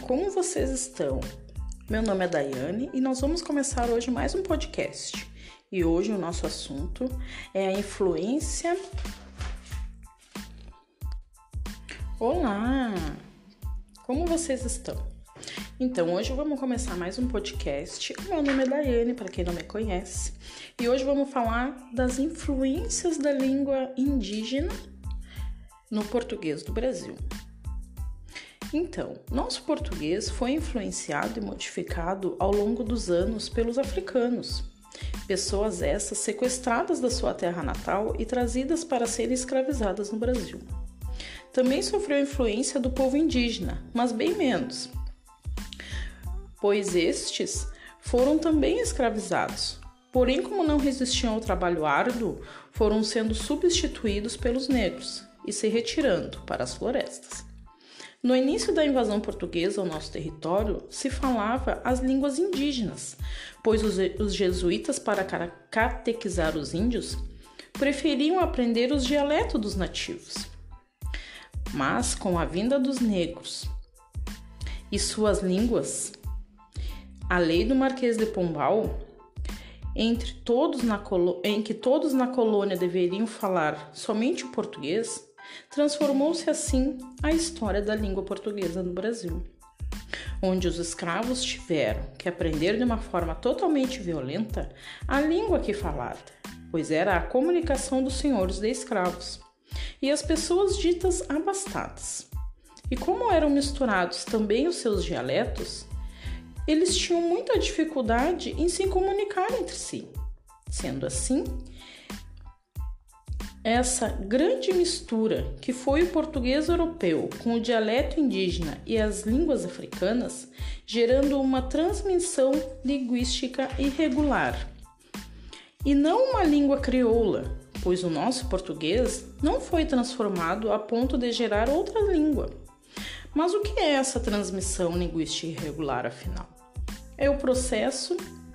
como vocês estão? Meu nome é Daiane e nós vamos começar hoje mais um podcast. E hoje o nosso assunto é a influência... Olá! Como vocês estão? Então, hoje vamos começar mais um podcast. Meu nome é Daiane, para quem não me conhece. E hoje vamos falar das influências da língua indígena no português do Brasil. Então, nosso português foi influenciado e modificado ao longo dos anos pelos africanos. Pessoas essas sequestradas da sua terra natal e trazidas para serem escravizadas no Brasil. Também sofreu influência do povo indígena, mas bem menos, pois estes foram também escravizados. Porém, como não resistiam ao trabalho árduo, foram sendo substituídos pelos negros e se retirando para as florestas. No início da invasão portuguesa ao nosso território, se falava as línguas indígenas, pois os jesuítas, para catequizar os índios, preferiam aprender os dialetos dos nativos. Mas, com a vinda dos negros e suas línguas, a lei do Marquês de Pombal, em que todos na colônia deveriam falar somente o português, transformou-se assim a história da língua portuguesa no Brasil, onde os escravos tiveram que aprender de uma forma totalmente violenta a língua aqui falada, pois era a comunicação dos senhores de escravos e as pessoas ditas abastadas. E como eram misturados também os seus dialetos, eles tinham muita dificuldade em se comunicar entre si. Sendo assim, essa grande mistura que foi o português europeu com o dialeto indígena e as línguas africanas, gerando uma transmissão linguística irregular. E não uma língua crioula, pois o nosso português não foi transformado a ponto de gerar outra língua. Mas o que é essa transmissão linguística irregular, afinal? É o processo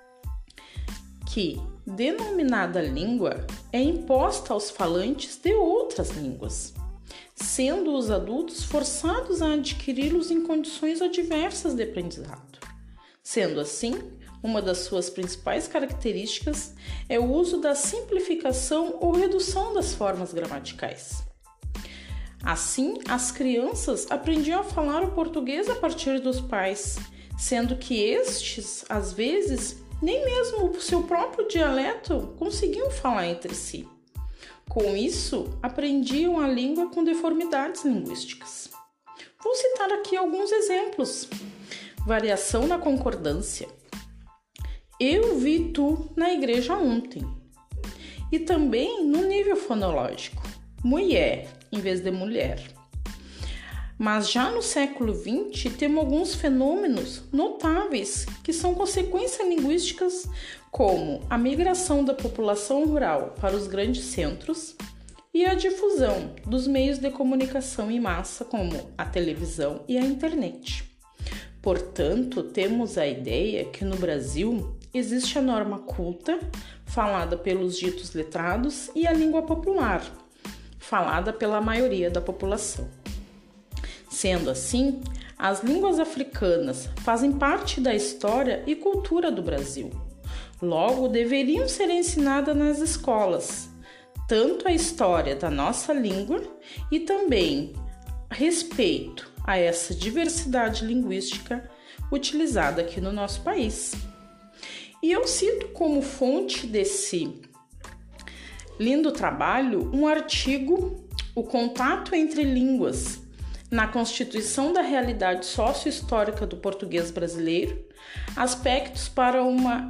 que, denominada língua, é imposta aos falantes de outras línguas, sendo os adultos forçados a adquiri-los em condições adversas de aprendizado. Sendo assim, uma das suas principais características é o uso da simplificação ou redução das formas gramaticais. Assim, as crianças aprendiam a falar o português a partir dos pais, sendo que estes, às vezes, nem mesmo o seu próprio dialeto conseguiam falar entre si. Com isso, aprendiam a língua com deformidades linguísticas. Vou citar aqui alguns exemplos. Variação na concordância. Eu vi tu na igreja ontem. E também no nível fonológico. Mulher em vez de mulher. Mas já no século XX temos alguns fenômenos notáveis que são consequências linguísticas, como a migração da população rural para os grandes centros e a difusão dos meios de comunicação em massa, como a televisão e a internet. Portanto, temos a ideia que no Brasil existe a norma culta, falada pelos ditos letrados, e a língua popular, falada pela maioria da população. Sendo assim, as línguas africanas fazem parte da história e cultura do Brasil. Logo, deveriam ser ensinadas nas escolas, tanto a história da nossa língua e também respeito a essa diversidade linguística utilizada aqui no nosso país. E eu cito como fonte desse lindo trabalho um artigo, O Contato entre Línguas, na Constituição da Realidade Sócio-Histórica do Português Brasileiro, aspectos para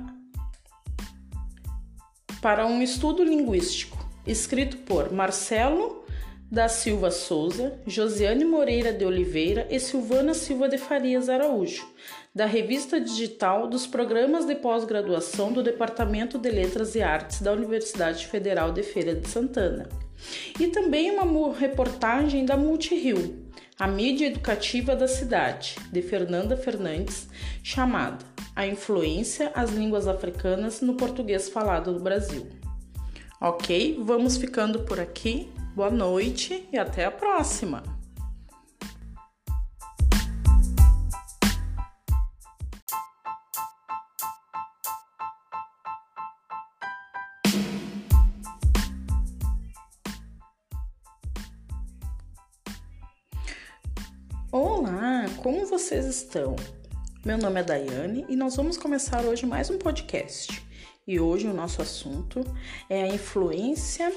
um estudo linguístico, escrito por Marcelo da Silva Souza, Josiane Moreira de Oliveira e Silvana Silva de Farias Araújo, da Revista Digital dos Programas de Pós-Graduação do Departamento de Letras e Artes da Universidade Federal de Feira de Santana. E também uma reportagem da Multirio, a mídia educativa da cidade, de Fernanda Fernandes, chamada A Influência às Línguas Africanas no Português Falado no Brasil. Ok? Vamos ficando por aqui. Boa noite e até a próxima! como vocês estão? Meu nome é Daiane e nós vamos começar hoje mais um podcast. E hoje o nosso assunto é a influência...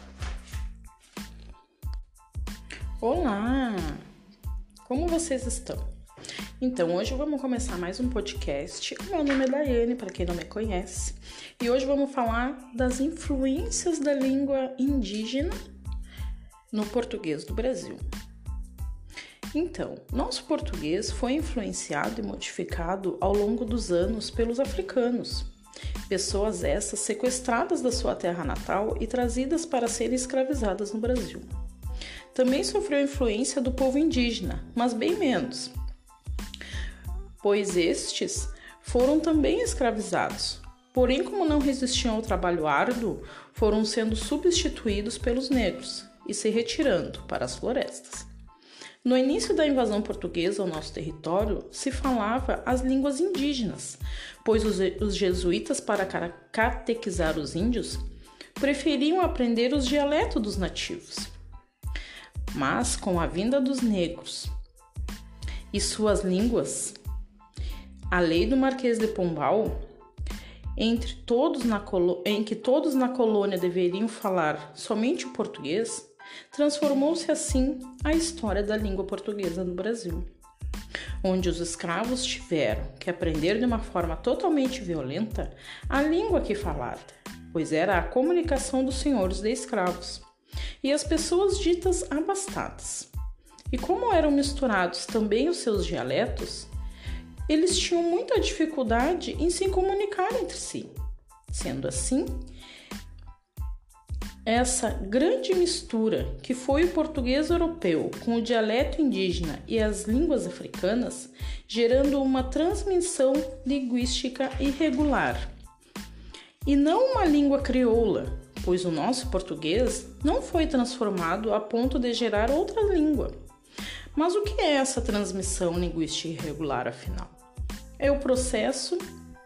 Olá! Como vocês estão? Então, hoje vamos começar mais um podcast. Meu nome é Daiane, para quem não me conhece. E hoje vamos falar das influências da língua indígena no português do Brasil. Então, nosso português foi influenciado e modificado ao longo dos anos pelos africanos. Pessoas essas sequestradas da sua terra natal e trazidas para serem escravizadas no Brasil. Também sofreu influência do povo indígena, mas bem menos, pois estes foram também escravizados. Porém, como não resistiam ao trabalho árduo, foram sendo substituídos pelos negros e se retirando para as florestas. No início da invasão portuguesa ao nosso território, se falava as línguas indígenas, pois os jesuítas, para catequizar os índios, preferiam aprender os dialetos dos nativos. Mas, com a vinda dos negros e suas línguas, a lei do Marquês de Pombal, em que todos na colônia deveriam falar somente o português, transformou-se assim a história da língua portuguesa no Brasil, onde os escravos tiveram que aprender de uma forma totalmente violenta a língua aqui falada, pois era a comunicação dos senhores de escravos e as pessoas ditas abastadas. E como eram misturados também os seus dialetos, eles tinham muita dificuldade em se comunicar entre si. Sendo assim, essa grande mistura que foi o português europeu com o dialeto indígena e as línguas africanas, gerando uma transmissão linguística irregular. E não uma língua crioula, pois o nosso português não foi transformado a ponto de gerar outra língua. Mas o que é essa transmissão linguística irregular, afinal? É o processo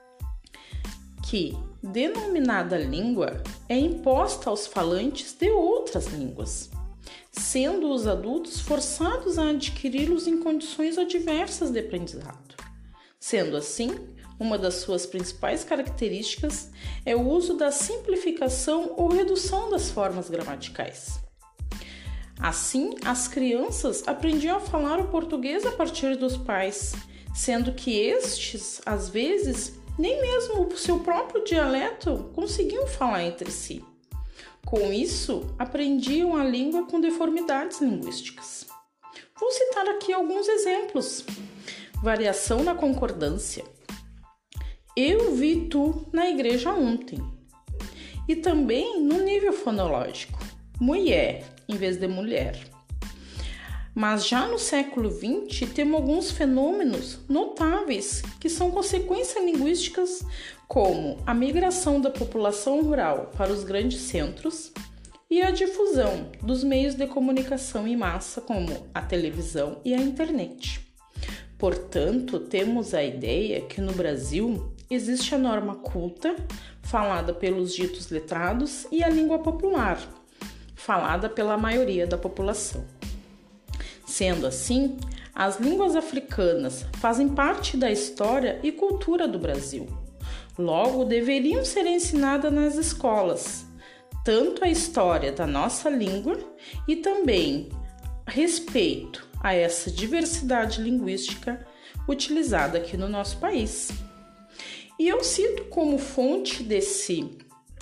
que, denominada língua, é imposta aos falantes de outras línguas, sendo os adultos forçados a adquiri-los em condições adversas de aprendizado. Sendo assim, uma das suas principais características é o uso da simplificação ou redução das formas gramaticais. Assim, as crianças aprendiam a falar o português a partir dos pais, sendo que estes, às vezes, nem mesmo o seu próprio dialeto conseguiam falar entre si. Com isso, aprendiam a língua com deformidades linguísticas. Vou citar aqui alguns exemplos. Variação na concordância. Eu vi tu na igreja ontem. E também no nível fonológico. Mulher em vez de mulher. Mas já no século XX temos alguns fenômenos notáveis que são consequências linguísticas, como a migração da população rural para os grandes centros e a difusão dos meios de comunicação em massa, como a televisão e a internet. Portanto, temos a ideia que no Brasil existe a norma culta, falada pelos ditos letrados, e a língua popular, falada pela maioria da população. Sendo assim, as línguas africanas fazem parte da história e cultura do Brasil. Logo, deveriam ser ensinadas nas escolas, tanto a história da nossa língua e também respeito a essa diversidade linguística utilizada aqui no nosso país. E eu cito como fonte desse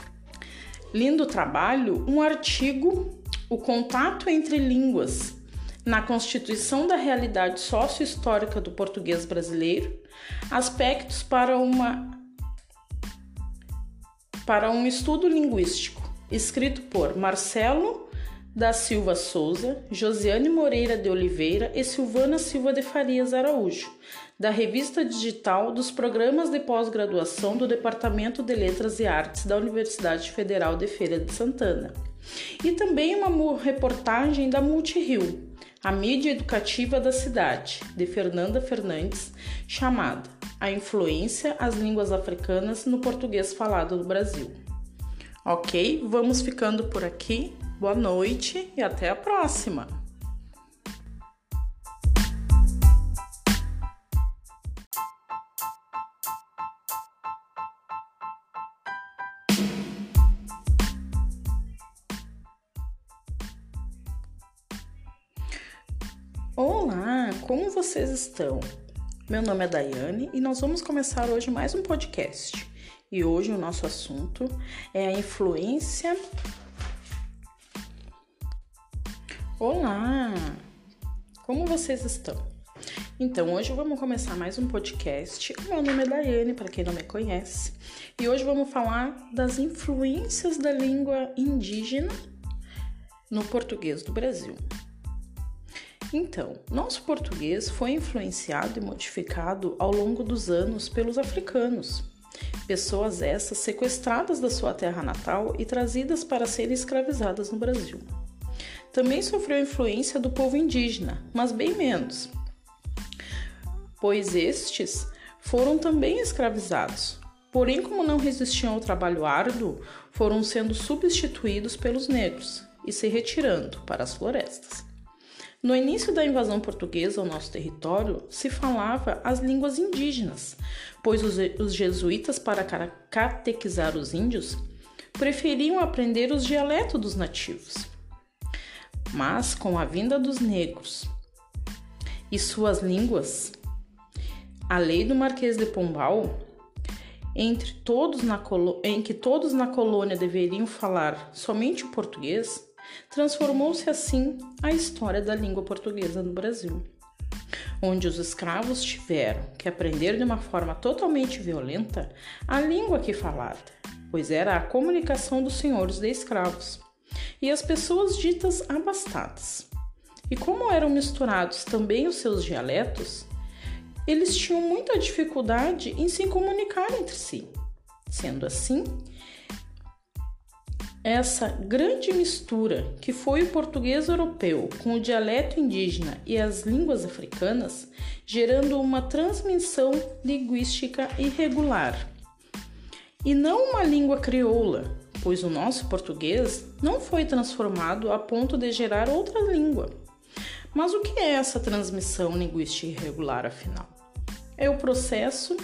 lindo trabalho um artigo, O Contato entre Línguas, na Constituição da Realidade Sócio-Histórica do Português Brasileiro, aspectos para um estudo linguístico, escrito por Marcelo da Silva Souza, Josiane Moreira de Oliveira e Silvana Silva de Farias Araújo, da Revista Digital dos Programas de Pós-Graduação do Departamento de Letras e Artes da Universidade Federal de Feira de Santana. E também uma reportagem da Multirio, a mídia educativa da cidade, de Fernanda Fernandes, chamada A Influência às Línguas Africanas no Português Falado no Brasil. Ok? Vamos ficando por aqui. Boa noite e até a próxima! como vocês estão? Meu nome é Daiane e nós vamos começar hoje mais um podcast. E hoje o nosso assunto é a influência... Olá! Como vocês estão? Então, hoje vamos começar mais um podcast. Meu nome é Daiane, para quem não me conhece. E hoje vamos falar das influências da língua indígena no português do Brasil. Então, nosso português foi influenciado e modificado ao longo dos anos pelos africanos. Pessoas essas sequestradas da sua terra natal e trazidas para serem escravizadas no Brasil. Também sofreu influência do povo indígena, mas bem menos, pois estes foram também escravizados. Porém, como não resistiam ao trabalho árduo, foram sendo substituídos pelos negros e se retirando para as florestas. No início da invasão portuguesa ao nosso território, se falava as línguas indígenas, pois os jesuítas, para catequizar os índios, preferiam aprender os dialetos dos nativos. Mas, com a vinda dos negros e suas línguas, a lei do Marquês de Pombal, em que todos na colônia deveriam falar somente o português, transformou-se assim a história da língua portuguesa no Brasil, onde os escravos tiveram que aprender de uma forma totalmente violenta a língua aqui falada, pois era a comunicação dos senhores de escravos e as pessoas ditas abastadas. E como eram misturados também os seus dialetos, eles tinham muita dificuldade em se comunicar entre si. Sendo assim, essa grande mistura que foi o português europeu com o dialeto indígena e as línguas africanas, gerando uma transmissão linguística irregular. E não uma língua crioula, pois o nosso português não foi transformado a ponto de gerar outra língua. Mas o que é essa transmissão linguística irregular, afinal? É o processo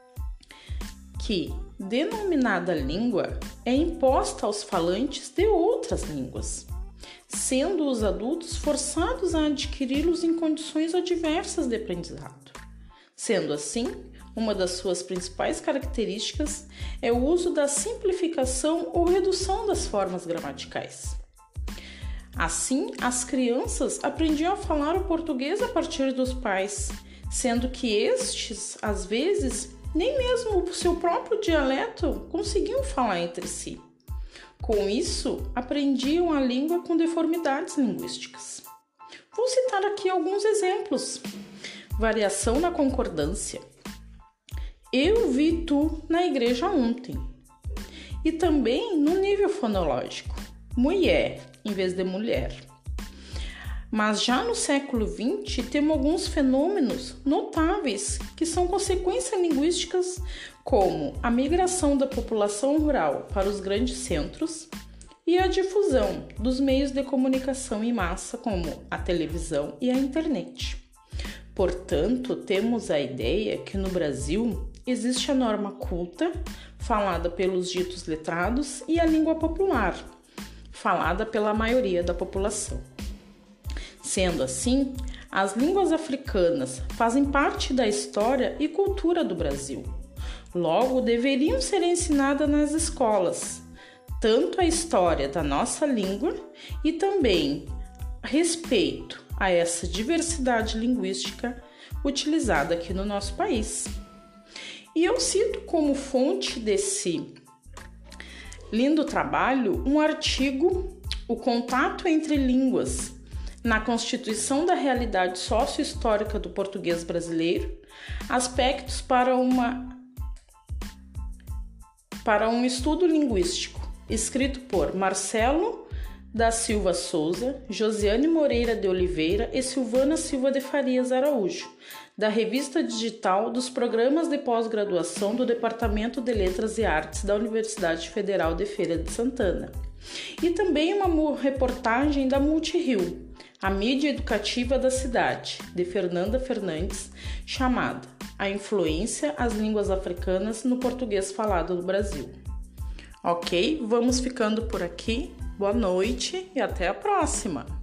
que, denominada língua, é imposta aos falantes de outras línguas, sendo os adultos forçados a adquiri-los em condições adversas de aprendizado. Sendo assim, uma das suas principais características é o uso da simplificação ou redução das formas gramaticais. Assim, as crianças aprendiam a falar o português a partir dos pais, sendo que estes, às vezes, nem mesmo o seu próprio dialeto conseguiam falar entre si. Com isso, aprendiam a língua com deformidades linguísticas. Vou citar aqui alguns exemplos. Variação na concordância. Eu vi tu na igreja ontem. E também no nível fonológico. Mulher em vez de mulher. Mas já no século XX temos alguns fenômenos notáveis que são consequências linguísticas, como a migração da população rural para os grandes centros e a difusão dos meios de comunicação em massa, como a televisão e a internet. Portanto, temos a ideia que no Brasil existe a norma culta, falada pelos ditos letrados, e a língua popular, falada pela maioria da população. Sendo assim, as línguas africanas fazem parte da história e cultura do Brasil. Logo, deveriam ser ensinadas nas escolas, tanto a história da nossa língua e também respeito a essa diversidade linguística utilizada aqui no nosso país. E eu cito como fonte desse lindo trabalho um artigo, O Contato entre Línguas, na Constituição da Realidade Sócio-Histórica do Português Brasileiro, aspectos para um estudo linguístico, escrito por Marcelo da Silva Souza, Josiane Moreira de Oliveira e Silvana Silva de Farias Araújo, da Revista Digital dos Programas de Pós-Graduação do Departamento de Letras e Artes da Universidade Federal de Feira de Santana. E também uma reportagem da Multirio, a mídia educativa da cidade, de Fernanda Fernandes, chamada A Influência às Línguas Africanas no Português Falado no Brasil. Ok? Vamos ficando por aqui. Boa noite e até a próxima!